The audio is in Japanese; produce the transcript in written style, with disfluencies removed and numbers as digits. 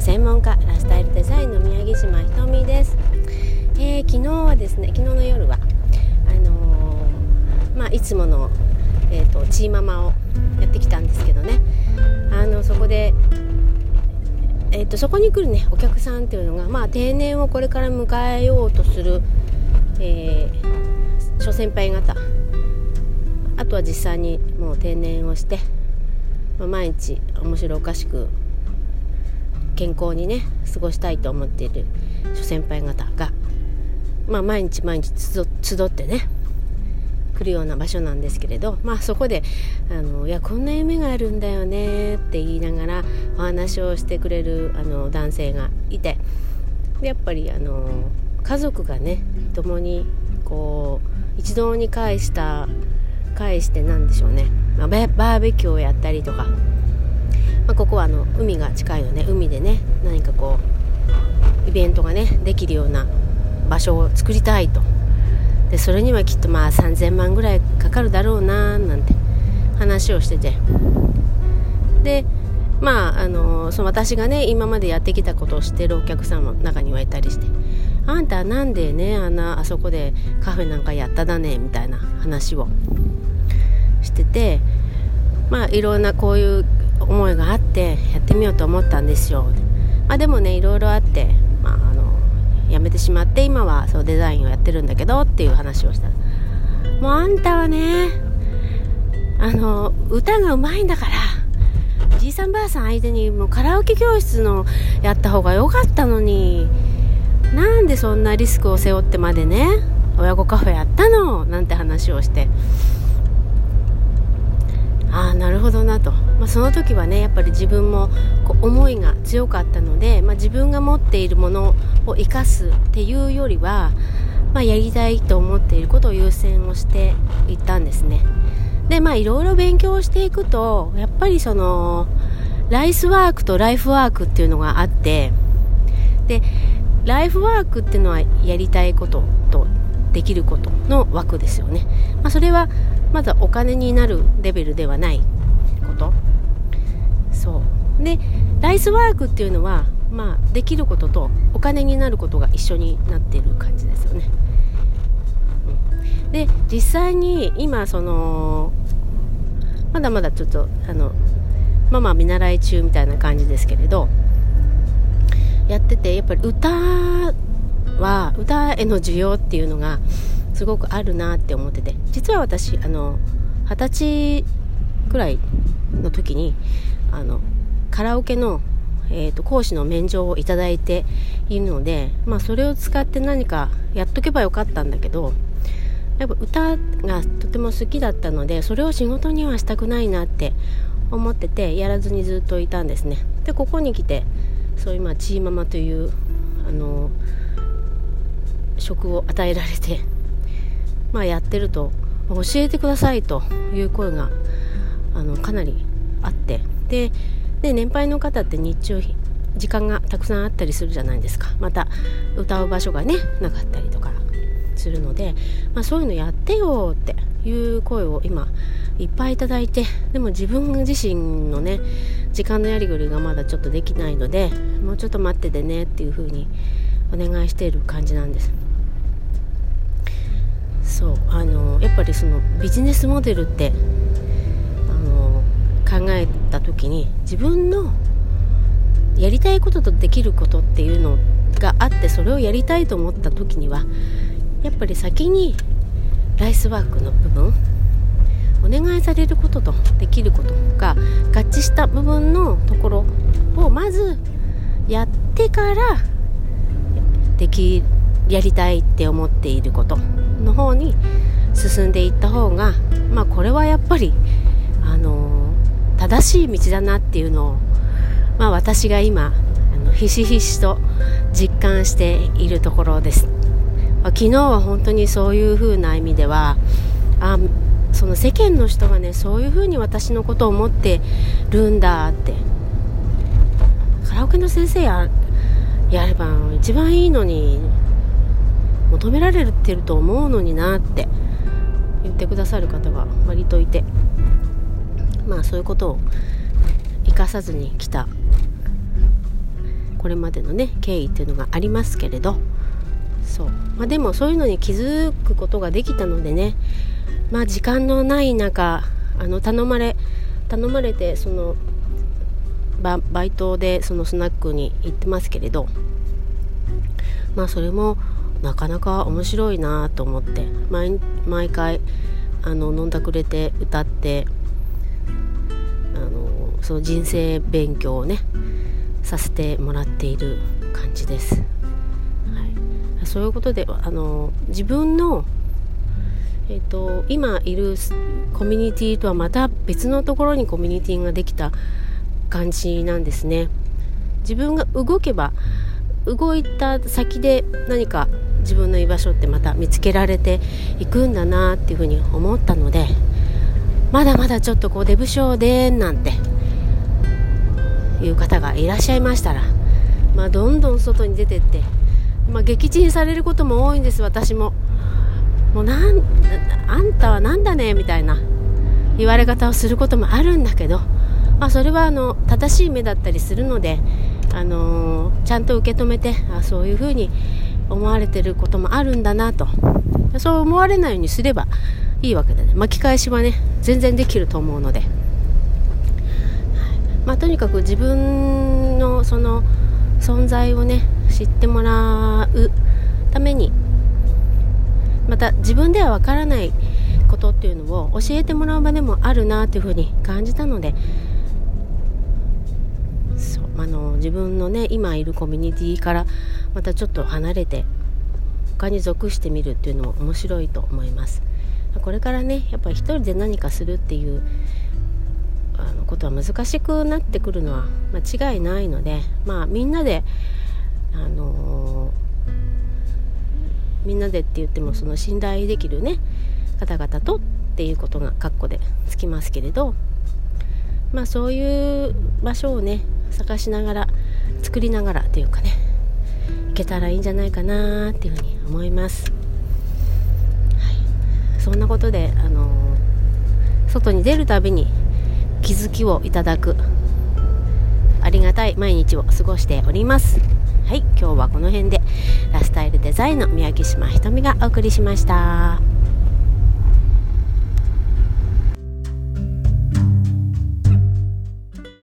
専門家ライフスタイルデザインの宮城島ひとみです。昨日はですね、昨日の夜はいつもの、チーママをやってきたんですけどね、そこで、そこに来るねお客さんっていうのが、定年をこれから迎えようとする、諸先輩方、あとは実際にもう定年をして、毎日面白おかしく健康にね過ごしたいと思っている諸先輩方が、毎日集ってね来るような場所なんですけれど、そこでいやこんな夢があるんだよねって言いながらお話をしてくれる男性がいて、でやっぱり家族がね共にこう一堂に会してなんでしょうね、バーベキューをやったりとか、ここは海が近いので、海でね何かこうイベントがねできるような場所を作りたいと。でそれにはきっと3000万ぐらいかかるだろうななんて話をしてて、でその私がね今までやってきたことを知っているお客さんの中にはいたりして、あんたなんでねあそこでカフェなんかやっただねみたいな話をしてて、いろんなこういう思いがあってやってみようと思ったんですよ。でもねいろいろあってやめてしまって、今はそうデザインをやってるんだけどっていう話をしたら、もうあんたはね歌がうまいんだからじいさんばあさん相手にもうカラオケ教室のやった方が良かったのに、なんでそんなリスクを背負ってまでね親子カフェやったのなんて話をして、なるほどなと、その時はねやっぱり自分も思いが強かったので、自分が持っているものを生かすっていうよりは、やりたいと思っていることを優先をしていったんですね。でいろいろ勉強していくと、やっぱりそのライスワークとライフワークっていうのがあって、でライフワークっていうのはやりたいこととできることの枠ですよね。それはまだお金になるレベルではないこと。そうでライスワークっていうのは、できることとお金になることが一緒になっている感じですよね。で実際に今まだまだちょっと見習い中みたいな感じですけれど、やっててやっぱり歌への需要っていうのがすごくあるなって思ってて、実は私20歳くらいの時にカラオケの、講師の免状をいただいているので、それを使って何かやっとけばよかったんだけど、やっぱ歌がとても好きだったので、それを仕事にはしたくないなって思っててやらずにずっといたんですね。でここに来てそういうチーママという職を与えられて、やってると教えてくださいという声がかなりあって、で年配の方って日中時間がたくさんあったりするじゃないですか。また歌う場所がねなかったりとかするので、そういうのやってよっていう声を今いっぱいいただいて、でも自分自身のね時間のやりくりがまだちょっとできないので、もうちょっと待っててねっていう風にお願いしている感じなんです。そうやっぱりそのビジネスモデルって考えた時に、自分のやりたいこととできることっていうのがあって、それをやりたいと思った時にはやっぱり先にライスワークの部分、お願いされることとできることが合致した部分のところをまずやってからやりたいって思っていることの方に進んでいった方が、これはやっぱり正しい道だなっていうのを、私が今ひしひしと実感しているところです。昨日は本当にそういう風な意味では、その世間の人がねそういう風に私のことを思ってるんだって、カラオケの先生やれば一番いいのに、求められてると思うのになって言ってくださる方が割といて、そういうことを生かさずに来たこれまでのね経緯っていうのがありますけれど、でもそういうのに気づくことができたのでね、時間のない中頼まれてそのバイトでそのスナックに行ってますけれど、それもなかなか面白いなと思って、毎回飲んだくれて歌ってその人生勉強をねさせてもらっている感じです。そういうことで自分の、今いるコミュニティとはまた別のところにコミュニティができた感じなんですね。自分が動けば動いた先で何か自分の居場所ってまた見つけられていくんだなっていうふうに思ったので、まだまだちょっと出不精でなんていう方がいらっしゃいましたら、どんどん外に出てって、撃沈されることも多いんです。私もあんたはなんだねみたいな言われ方をすることもあるんだけど、それは正しい目だったりするので、ちゃんと受け止めて、そういうふうに思われてることもあるんだなと、そう思われないようにすればいいわけで、巻き返しはね全然できると思うので、とにかく自分のその存在をね知ってもらうために、また自分ではわからないことっていうのを教えてもらう場でもあるなというふうに感じたので、自分のね今いるコミュニティからまたちょっと離れて他に属してみるっていうのも面白いと思います。これからねやっぱり一人で何かするっていうことは難しくなってくるのは間違いないので、みんなでって言ってもその信頼できるね方々とっていうことが括弧でつきますけれど、そういう場所をね探しながら作りながらというかねいけたらいいんじゃないかなっていうふうに思います。そんなことで外に出るたびに気づきをいただくありがたい毎日を過ごしております。今日はこの辺でラスタイルデザインの宮城島ひとみがお送りしました。